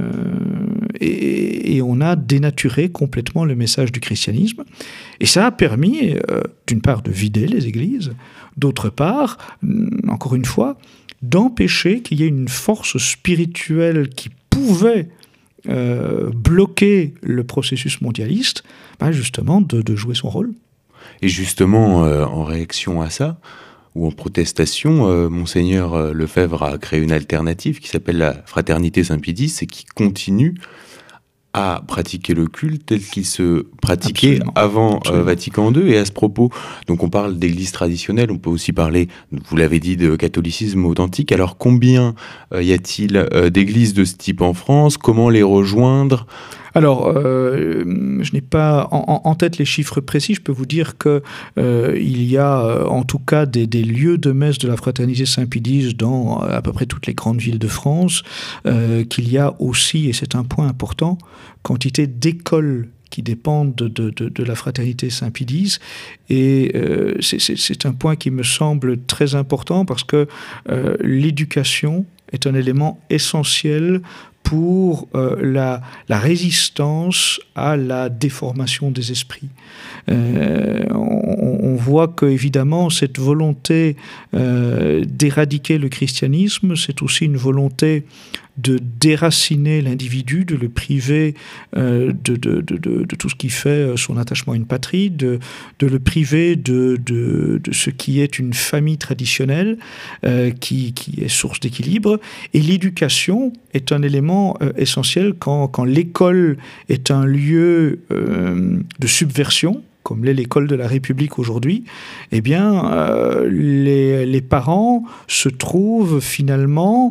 et, et on a dénaturé complètement le message du christianisme. Et ça a permis, euh, d'une part, de vider les églises, d'autre part, encore une fois, d'empêcher qu'il y ait une force spirituelle qui pouvait euh, bloquer le processus mondialiste, bah justement de, de jouer son rôle. Et justement, euh, en réaction à ça, ou en protestation, euh, Monseigneur euh, Lefebvre a créé une alternative qui s'appelle la Fraternité Saint-Pie X et qui continue à pratiquer le culte tel qu'il se pratiquait Absolument. avant euh, Vatican deux. Et à ce propos, donc on parle d'église traditionnelle, on peut aussi parler, vous l'avez dit, de catholicisme authentique. Alors combien euh, y a-t-il euh, d'églises de ce type en France ? Comment les rejoindre ? Alors, euh, je n'ai pas en, en tête les chiffres précis. Je peux vous dire que euh, il y a euh, en tout cas des, des lieux de messe de la Fraternité Saint-Pie X dans à peu près toutes les grandes villes de France, euh, qu'il y a aussi, et c'est un point important, quantité d'écoles qui dépendent de, de, de, de la Fraternité Saint-Pie X. Et euh, c'est, c'est, c'est un point qui me semble très important parce que euh, l'éducation est un élément essentiel pour euh, la, la résistance à la déformation des esprits. Euh, on, on voit qu'évidemment, cette volonté euh, d'éradiquer le christianisme, c'est aussi une volonté de déraciner l'individu, de le priver euh, de, de, de, de, de tout ce qui fait son attachement à une patrie, de, de le priver de, de, de ce qui est une famille traditionnelle euh, qui, qui est source d'équilibre. Et l'éducation est un élément euh, essentiel quand, quand l'école est un lieu euh, de subversion, comme l'est l'école de la République aujourd'hui, eh bien, euh, les, les parents se trouvent finalement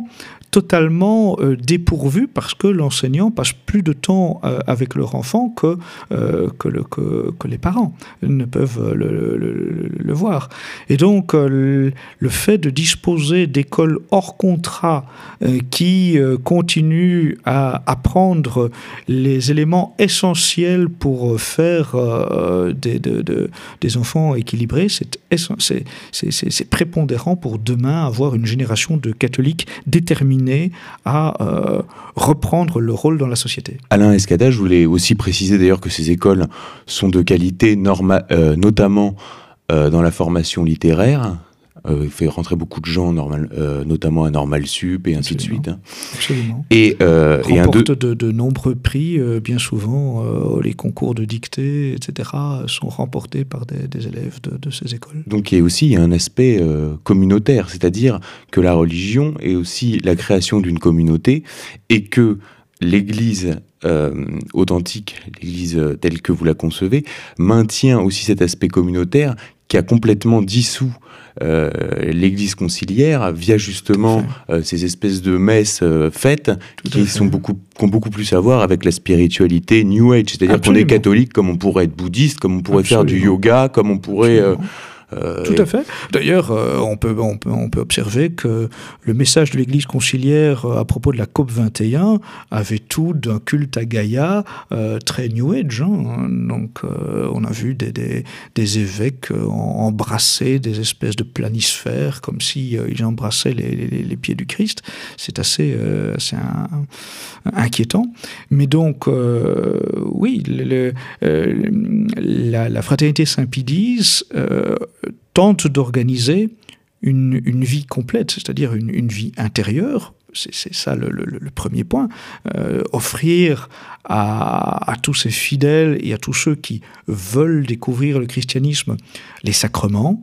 totalement euh, dépourvus parce que l'enseignant passe plus de temps euh, avec leur enfant que, euh, que, le, que, que les parents ne peuvent le, le, le voir. Et donc, euh, le, le fait de disposer d'écoles hors contrat euh, qui euh, continuent à apprendre les éléments essentiels pour faire euh, des, de, de, des enfants équilibrés, c'est, c'est, c'est, c'est, c'est prépondérant pour demain avoir une génération de catholiques déterminés à euh, reprendre le rôle dans la société. Alain Escada, je voulais aussi préciser d'ailleurs que ces écoles sont de qualité, norma- euh, notamment euh, dans la formation littéraire. Euh, il fait rentrer beaucoup de gens, normal, euh, notamment à Normal Sup et ainsi Absolument. de suite. Hein. Absolument. Et, euh, et un remporte deux... de, de nombreux prix, euh, bien souvent, euh, les concours de dictée, et cetera, sont remportés par des, des élèves de, de ces écoles. Donc il y a aussi un aspect euh, communautaire, c'est-à-dire que la religion est aussi la création d'une communauté et que l'Église euh, authentique, l'Église euh, telle que vous la concevez, maintient aussi cet aspect communautaire qui a complètement dissous euh, l'Église conciliaire via justement euh, ces espèces de messes euh, faites Tout qui, sont beaucoup, qui ont beaucoup plus à voir avec la spiritualité New Age. C'est-à-dire Absolument. qu'on est catholique comme on pourrait être bouddhiste, comme on pourrait Absolument. faire du yoga, comme on pourrait... Euh, Euh, Tout à fait. D'ailleurs, euh, on, peut, on, peut, on peut observer que le message de l'Église conciliaire euh, à propos de la COP vingt et un avait tout d'un culte à Gaïa euh, très New Age. Hein. Donc, euh, on a vu des, des, des évêques euh, embrasser des espèces de planisphères comme s'ils si, euh, embrassaient les, les, les pieds du Christ. C'est assez, euh, assez un, inquiétant. Mais donc, euh, oui, le, le, euh, la, la fraternité Saint-Pédis euh, tente d'organiser une, une vie complète, c'est-à-dire une, une vie intérieure. C'est, c'est ça le, le, le premier point. Euh, offrir à, à tous ces fidèles et à tous ceux qui veulent découvrir le christianisme les sacrements,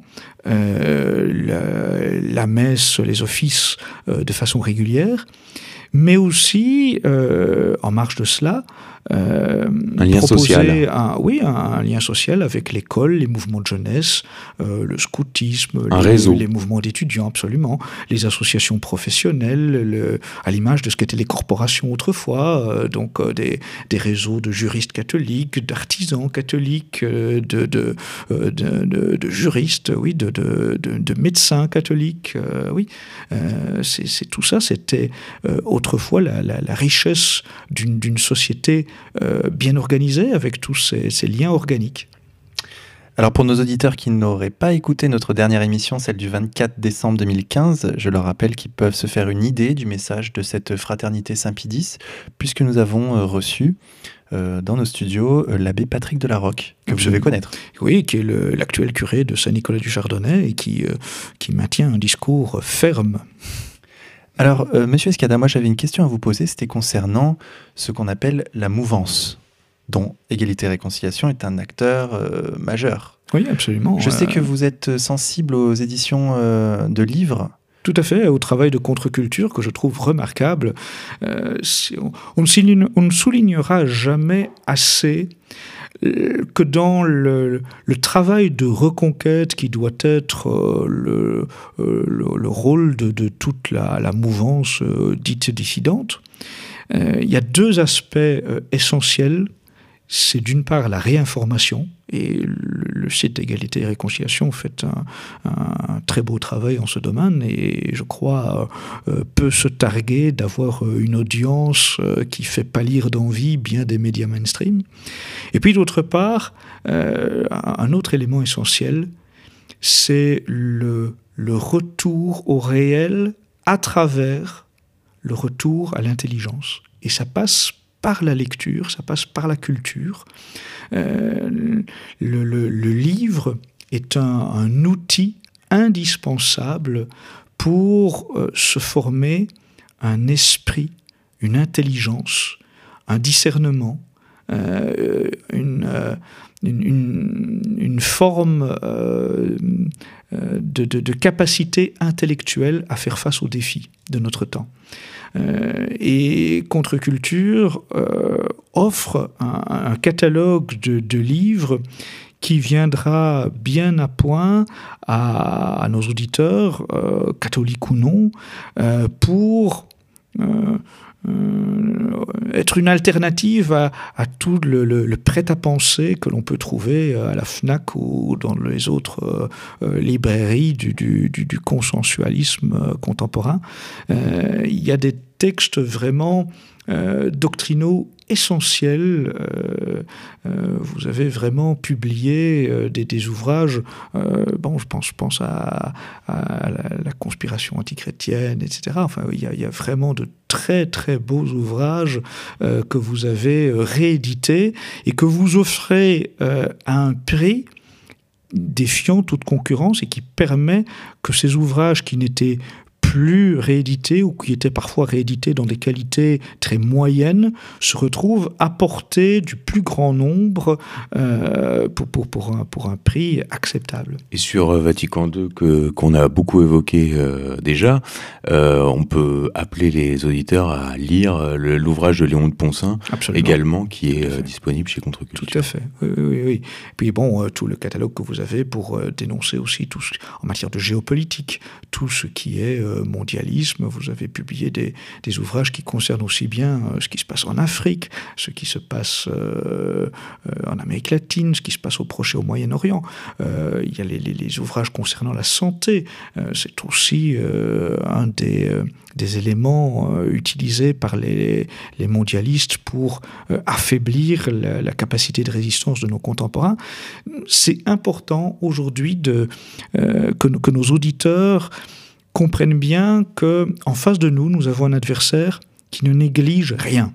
euh, la, la messe, les offices euh, de façon régulière, mais aussi, euh, en marge de cela, euh, un lien social. Un, oui, un, un lien social avec l'école, les mouvements de jeunesse, euh, le scoutisme, un les, réseau. les mouvements d'étudiants, absolument, les associations professionnelles, le, à l'image de ce qu'étaient les corporations autrefois, euh, donc euh, des, des réseaux de juristes catholiques, d'artisans catholiques, euh, de, de, euh, de, de, de juristes, oui, de, de, de, de médecins catholiques, euh, oui. Euh, c'est, c'est, tout ça, c'était euh, autrefois la, la, la richesse d'une, d'une société Euh, bien organisé avec tous ces, ces liens organiques. Alors pour nos auditeurs qui n'auraient pas écouté notre dernière émission, celle du vingt-quatre décembre deux mille quinze, je leur rappelle qu'ils peuvent se faire une idée du message de cette fraternité Saint-Pédis, puisque nous avons euh, reçu euh, dans nos studios euh, l'abbé Patrick Delarocque, que Absolument. Vous devez connaître. Oui, qui est le, l'actuel curé de Saint-Nicolas-du-Chardonnay et qui, euh, qui maintient un discours ferme. Alors, euh, Monsieur Escada, moi j'avais une question à vous poser, c'était concernant ce qu'on appelle la mouvance, dont Égalité et Réconciliation est un acteur euh, majeur. Oui, absolument. Je euh... sais que vous êtes sensible aux éditions euh, de livres. Tout à fait, au travail de contre-culture que je trouve remarquable. Euh, on, on, ne souligne, on ne soulignera jamais assez que dans le, le travail de reconquête qui doit être euh, le, euh, le, le rôle de, de toute la, la mouvance euh, dite dissidente, euh, il y a deux aspects euh, essentiels. C'est d'une part la réinformation, et le, le site Égalité et Réconciliation fait un, un très beau travail en ce domaine, et je crois euh, peut se targuer d'avoir une audience euh, qui fait pâlir d'envie bien des médias mainstream. Et puis d'autre part, euh, un autre élément essentiel, c'est le, le retour au réel à travers le retour à l'intelligence. Et ça passe par la lecture, ça passe par la culture. Euh, le, le, le livre est un, un outil indispensable pour euh, se former un esprit, une intelligence, un discernement, euh, une, euh, une, une, une forme euh, de, de, de capacité intellectuelle à faire face aux défis de notre temps. Euh, et Contre-culture euh, offre un, un catalogue de, de livres qui viendra bien à point à, à nos auditeurs, euh, catholiques ou non, euh, pour euh, euh, être une alternative à, à tout le, le, le prêt-à-penser que l'on peut trouver à la FNAC ou dans les autres euh, librairies du, du, du, du consensualisme contemporain. Euh, il y a des textes vraiment euh, doctrinaux essentiels. Euh, euh, vous avez vraiment publié euh, des, des ouvrages, euh, bon, je pense, je pense à, à la, la conspiration antichrétienne, et cetera. Enfin, il y a, il y a vraiment de très, très beaux ouvrages euh, que vous avez réédités et que vous offrez euh, à un prix défiant toute concurrence et qui permet que ces ouvrages qui n'étaient plus réédités ou qui étaient parfois réédités dans des qualités très moyennes se retrouvent à portée du plus grand nombre euh, pour, pour, pour, un, pour un prix acceptable. Et sur Vatican deux, que, qu'on a beaucoup évoqué euh, déjà, euh, on peut appeler les auditeurs à lire le, l'ouvrage de Léon de Poncin, Absolument. également, qui est euh, disponible chez Contre-Culture. Tout à fait, oui, oui, oui. Puis bon, euh, tout le catalogue que vous avez pour euh, dénoncer aussi tout ce, en matière de géopolitique, tout ce qui est euh, mondialisme. Vous avez publié des, des ouvrages qui concernent aussi bien euh, ce qui se passe en Afrique, ce qui se passe euh, euh, en Amérique latine, ce qui se passe au Proche et au Moyen-Orient. Euh, il y a les, les, les ouvrages concernant la santé. Euh, c'est aussi euh, un des, euh, des éléments euh, utilisés par les, les mondialistes pour euh, affaiblir la, la capacité de résistance de nos contemporains. C'est important aujourd'hui de, euh, que, que nos auditeurs comprennent bien qu'en face de nous, nous avons un adversaire qui ne néglige rien,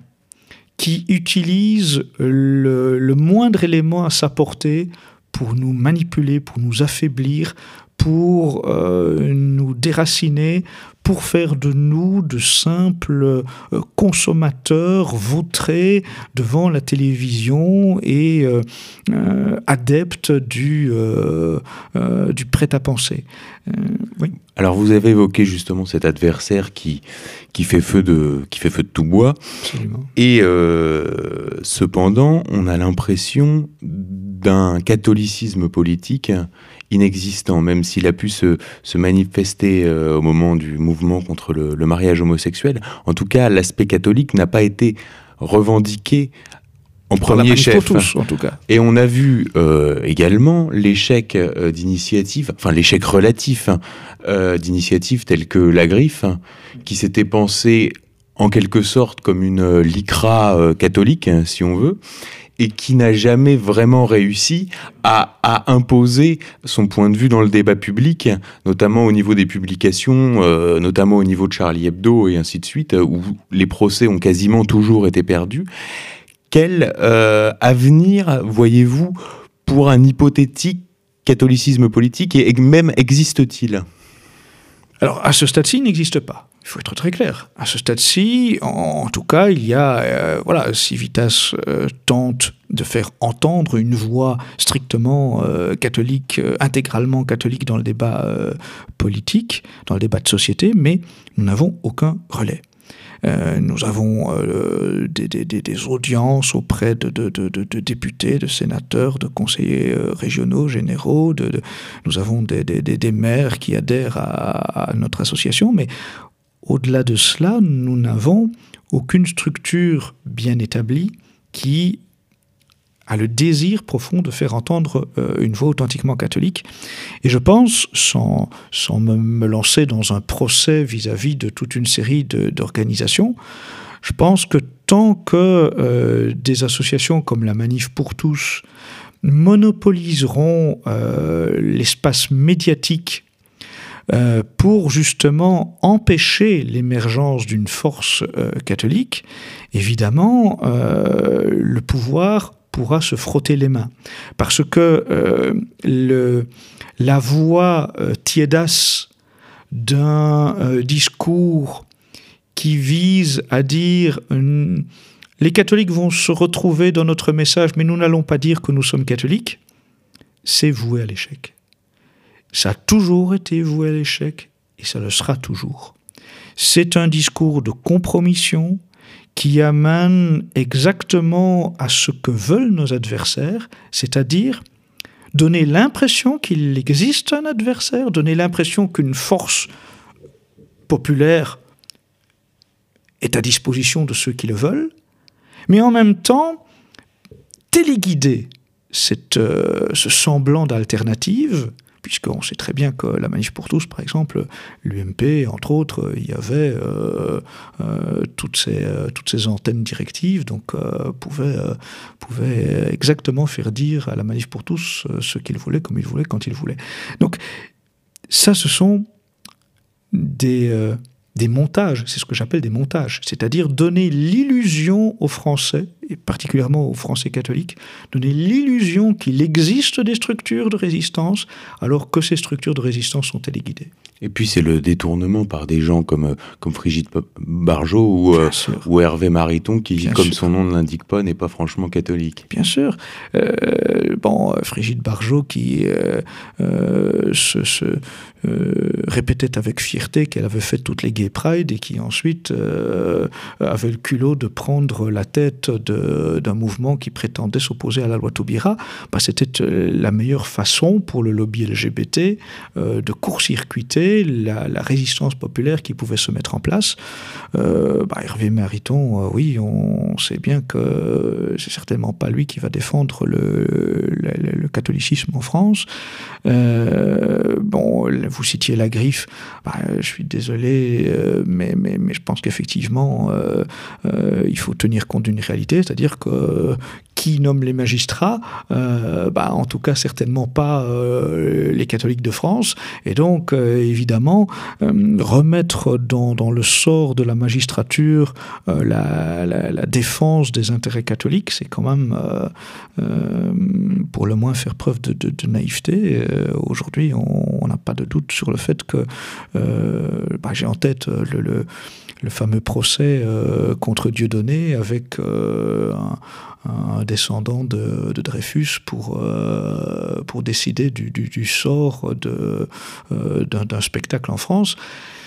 qui utilise le, le moindre élément à sa portée pour nous manipuler, pour nous affaiblir, pour euh, nous déraciner, pour faire de nous de simples euh, consommateurs vautrés devant la télévision et euh, euh, adeptes du, euh, euh, du prêt-à-penser. Euh, oui. Alors vous avez évoqué justement cet adversaire qui, qui, fait, feu de, qui fait feu de tout bois. Absolument. Et euh, cependant, on a l'impression d'un catholicisme politique inexistant, même s'il a pu se, se manifester euh, au moment du mouvement contre le, le mariage homosexuel. En tout cas, l'aspect catholique n'a pas été revendiqué en pour premier chef. Pour tous, en tout cas. Et on a vu euh, également l'échec euh, d'initiatives, enfin l'échec relatif hein, euh, d'initiatives telles que la Griffe, hein, qui s'était pensée en quelque sorte comme une euh, lycra euh, catholique, hein, si on veut, et qui n'a jamais vraiment réussi à, à imposer son point de vue dans le débat public, notamment au niveau des publications, euh, notamment au niveau de Charlie Hebdo et ainsi de suite, où les procès ont quasiment toujours été perdus. Quel euh, avenir voyez-vous pour un hypothétique catholicisme politique et même existe-t-il ? Alors, à ce stade-ci, il n'existe pas. Il faut être très clair. À ce stade-ci, en, en tout cas, il y a... Euh, voilà, Civitas euh, tente de faire entendre une voix strictement euh, catholique, euh, intégralement catholique dans le débat euh, politique, dans le débat de société, mais nous n'avons aucun relais. Euh, nous avons euh, des, des, des audiences auprès de, de, de, de députés, de sénateurs, de conseillers euh, régionaux, généraux. De, de, nous avons des, des, des maires qui adhèrent à, à notre association. Mais au-delà de cela, nous n'avons aucune structure bien établie qui a le désir profond de faire entendre euh, une voix authentiquement catholique. Et je pense, sans, sans me, me lancer dans un procès vis-à-vis de toute une série de, d'organisations, je pense que tant que euh, des associations comme la Manif pour tous monopoliseront euh, l'espace médiatique euh, pour justement empêcher l'émergence d'une force euh, catholique, évidemment, euh, le pouvoir pourra se frotter les mains. Parce que euh, le, la voix euh, tiédasse d'un euh, discours qui vise à dire euh, les catholiques vont se retrouver dans notre message, mais nous n'allons pas dire que nous sommes catholiques, c'est voué à l'échec. Ça a toujours été voué à l'échec et ça le sera toujours. C'est un discours de compromission qui amène exactement à ce que veulent nos adversaires, c'est-à-dire donner l'impression qu'il existe un adversaire, donner l'impression qu'une force populaire est à disposition de ceux qui le veulent, mais en même temps, téléguider cette, euh, ce semblant d'alternative, puisqu'on sait très bien que la Manif pour tous, par exemple, l'U M P, entre autres, il y avait euh, euh, toutes, ces, euh, toutes ces antennes directives, donc euh, pouvait, euh, pouvait exactement faire dire à la Manif pour tous euh, ce qu'ils voulaient, comme ils voulaient, quand ils voulaient. Donc ça, ce sont des... Euh, des montages, c'est ce que j'appelle des montages, c'est-à-dire donner l'illusion aux Français, et particulièrement aux Français catholiques, donner l'illusion qu'il existe des structures de résistance, alors que ces structures de résistance sont téléguidées. Et puis c'est le détournement par des gens comme, comme Frigide Barjot ou, euh, ou Hervé Mariton, qui, Bien comme sûr. Son nom ne l'indique pas, n'est pas franchement catholique. Bien sûr. Euh, bon, Frigide Barjot qui euh, euh, se, se euh, répétait avec fierté qu'elle avait fait toutes les Gay Pride et qui ensuite euh, avait le culot de prendre la tête de, d'un mouvement qui prétendait s'opposer à la loi Taubira. Bah, c'était la meilleure façon pour le lobby L G B T euh, de court-circuiter La, la résistance populaire qui pouvait se mettre en place. Euh, bah, Hervé Mariton, euh, oui, on sait bien que c'est certainement pas lui qui va défendre le, le, le catholicisme en France. Euh, bon, vous citiez la griffe, bah, je suis désolé, euh, mais, mais, mais je pense qu'effectivement, euh, euh, il faut tenir compte d'une réalité, c'est-à-dire que qui nomme les magistrats, euh, bah, en tout cas certainement pas euh, les catholiques de France, et donc euh, évidemment euh, remettre dans, dans le sort de la magistrature euh, la, la, la défense des intérêts catholiques, c'est quand même euh, euh, pour le moins faire preuve de, de, de naïveté. Euh, aujourd'hui on n'a pas de doute sur le fait que euh, bah, j'ai en tête le, le, le fameux procès euh, contre Dieudonné avec euh, un un descendant de, de Dreyfus pour, euh, pour décider du, du, du sort de, euh, d'un, d'un spectacle en France.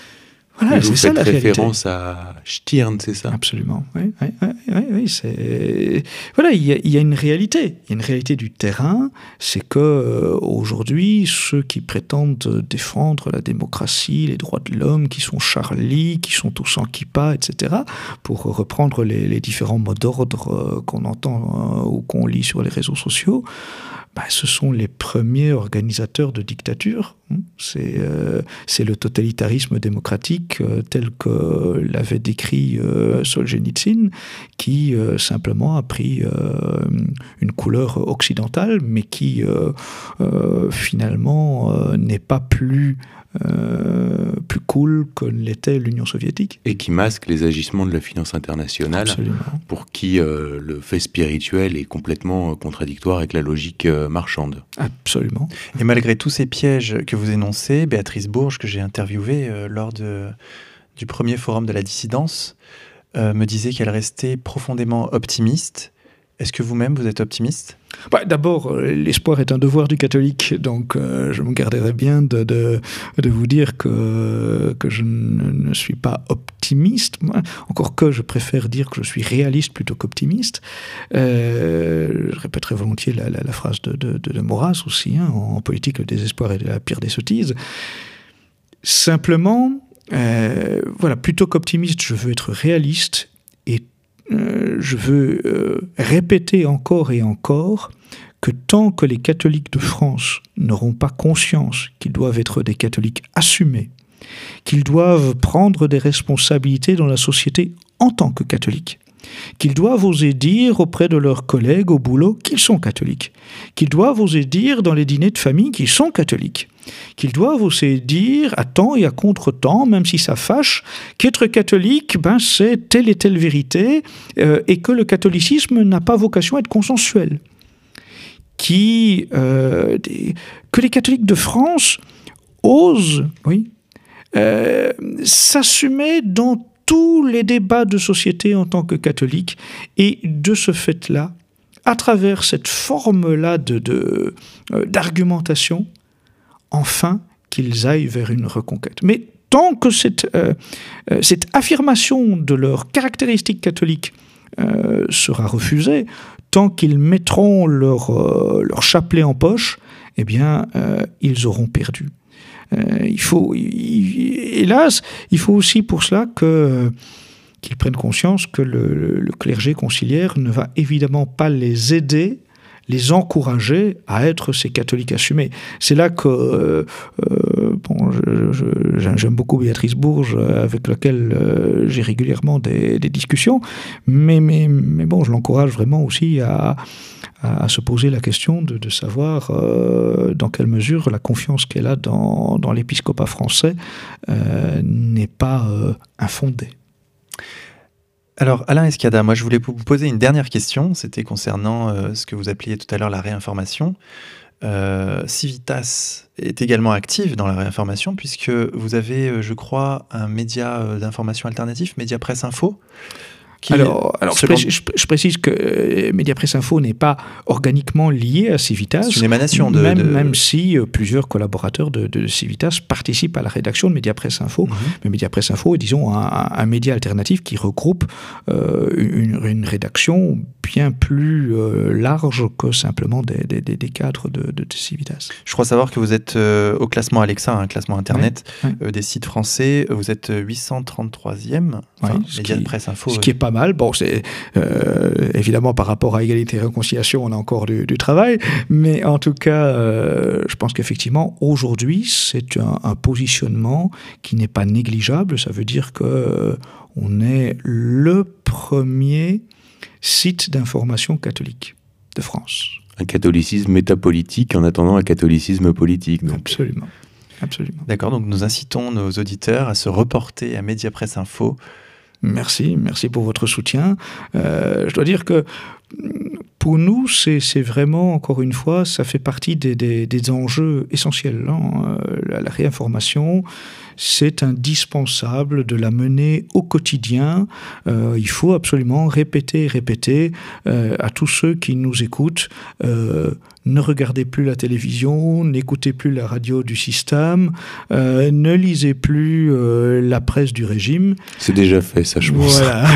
Voilà, vous c'est faites ça, la référence réalité. à Stirn, c'est ça? Absolument, oui. oui, oui, oui, oui c'est... Voilà, il y, a, il y a une réalité. Il y a une réalité du terrain, c'est que euh, aujourd'hui, ceux qui prétendent défendre la démocratie, les droits de l'homme, qui sont Charlie, qui sont tous en kippa, et cetera, pour reprendre les, les différents mots d'ordre euh, qu'on entend euh, ou qu'on lit sur les réseaux sociaux, bah, ce sont les premiers organisateurs de dictature. C'est, euh, c'est le totalitarisme démocratique euh, tel que l'avait décrit euh, Solzhenitsyn, qui euh, simplement a pris euh, une couleur occidentale, mais qui euh, euh, finalement euh, n'est pas plus Euh, plus cool que l'était l'Union soviétique. Et qui masque les agissements de la finance internationale. Absolument. Pour qui euh, le fait spirituel est complètement euh, contradictoire avec la logique euh, marchande. Absolument. Et malgré tous ces pièges que vous énoncez, Béatrice Bourges, que j'ai interviewée euh, lors de, du premier forum de la dissidence, euh, me disait qu'elle restait profondément optimiste. Est-ce que vous-même, vous êtes optimiste ? Bah, d'abord, l'espoir est un devoir du catholique, donc euh, je me garderai bien de, de, de vous dire que, que je ne, ne suis pas optimiste, moi. Encore que je préfère dire que je suis réaliste plutôt qu'optimiste. Euh, je répéterai volontiers la, la, la phrase de, de, de Maurras aussi, hein, en politique, le désespoir est la pire des sottises. Simplement, euh, voilà, plutôt qu'optimiste, je veux être réaliste et Euh, je veux euh, répéter encore et encore que tant que les catholiques de France n'auront pas conscience qu'ils doivent être des catholiques assumés, qu'ils doivent prendre des responsabilités dans la société en tant que catholiques, qu'ils doivent oser dire auprès de leurs collègues au boulot qu'ils sont catholiques, qu'ils doivent oser dire dans les dîners de famille qu'ils sont catholiques, qu'ils doivent oser dire à temps et à contre-temps, même si ça fâche, qu'être catholique, ben, c'est telle et telle vérité, euh, et que le catholicisme n'a pas vocation à être consensuel. Qui, euh, des, que les catholiques de France osent, oui, euh, s'assumer dans tous les débats de société en tant que catholique, et de ce fait-là, à travers cette forme-là de, de, euh, d'argumentation, enfin qu'ils aillent vers une reconquête. Mais tant que cette, euh, euh, cette affirmation de leurs caractéristiques catholiques euh, sera refusée, tant qu'ils mettront leur, euh, leur chapelet en poche, eh bien, euh, ils auront perdu. Euh, il faut, il, hélas, il faut aussi pour cela que qu'ils prennent conscience que le, le clergé conciliaire ne va évidemment pas les aider, les encourager à être ces catholiques assumés. C'est là que euh, euh, bon, je, je, j'aime beaucoup Béatrice Bourges, avec laquelle euh, j'ai régulièrement des, des discussions, mais, mais, mais bon, je l'encourage vraiment aussi à, à, à se poser la question de, de savoir euh, dans quelle mesure la confiance qu'elle a dans, dans l'épiscopat français euh, n'est pas euh, infondée. Alors, Alain Escada, moi je voulais vous poser une dernière question, c'était concernant euh, ce que vous appeliez tout à l'heure la réinformation. Euh, Civitas est également active dans la réinformation, puisque vous avez, euh, je crois, un média euh, d'information alternatif, Média Presse Info. Qui, alors, alors selon... je, je, je précise que euh, Média Presse Info n'est pas organiquement lié à Civitas. C'est une émanation de... Même, de... même si euh, plusieurs collaborateurs de, de Civitas participent à la rédaction de Média Presse Info. Mm-hmm. Mais Média Presse Info est, disons, un, un média alternatif qui regroupe euh, une, une rédaction bien plus euh, large que simplement des, des, des cadres de, de, de Civitas. Je crois savoir que vous êtes euh, au classement Alexa, un classement Internet oui, oui. Euh, des sites français. Vous êtes huit cent trente-troisième, enfin, oui, Média qui, Presse Info. Ce qui est pas mal. Bon, c'est euh, évidemment par rapport à Égalité et Réconciliation, on a encore du, du travail, mais en tout cas, euh, je pense qu'effectivement, aujourd'hui, c'est un, un positionnement qui n'est pas négligeable. Ça veut dire que euh, on est le premier site d'information catholique de France. Un catholicisme métapolitique en attendant un catholicisme politique. Donc. Absolument. Absolument. D'accord, donc nous incitons nos auditeurs à se reporter à Média Presse Info. Merci, merci pour votre soutien. Euh, je dois dire que pour nous, c'est, c'est vraiment, encore une fois, ça fait partie des, des, des enjeux essentiels. Hein. La, la réinformation, c'est indispensable de la mener au quotidien. Euh, il faut absolument répéter, répéter euh, à tous ceux qui nous écoutent. Euh, ne regardez plus la télévision, n'écoutez plus la radio du système, euh, ne lisez plus euh, la presse du régime. C'est déjà fait, ça, je pense. Voilà.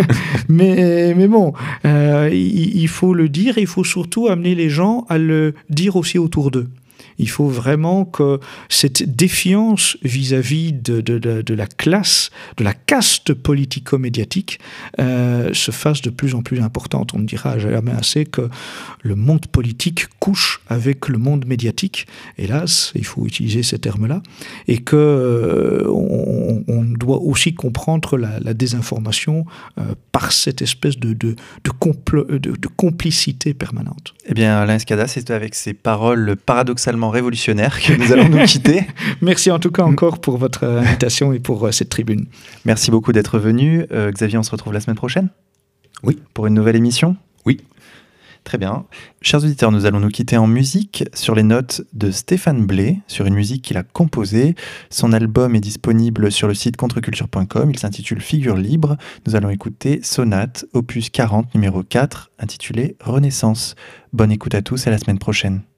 mais, mais bon, euh, il, il faut le dire, et il faut surtout amener les gens à le dire aussi autour d'eux. Il faut vraiment que cette défiance vis-à-vis de, de, de, de la classe, de la caste politico-médiatique, euh, se fasse de plus en plus importante. On ne dira jamais assez que le monde politique couche avec le monde médiatique. Hélas, il faut utiliser ces termes-là. Et qu'on euh, on doit aussi comprendre la, la désinformation euh, par cette espèce de, de, de, complo, de, de complicité permanente. Eh bien, Alain Escada, c'est avec ces paroles paradoxalement révolutionnaires que nous allons nous quitter. Merci en tout cas encore pour votre invitation et pour euh, cette tribune. Merci beaucoup d'être venu. Euh, Xavier, on se retrouve la semaine prochaine ? Oui. Pour une nouvelle émission ? Oui. Très bien. Chers auditeurs, nous allons nous quitter en musique sur les notes de Stéphane Blé, sur une musique qu'il a composée. Son album est disponible sur le site contreculture point com. Il s'intitule Figure libre. Nous allons écouter Sonate, opus quarante, numéro quatre, intitulé Renaissance. Bonne écoute à tous et à la semaine prochaine.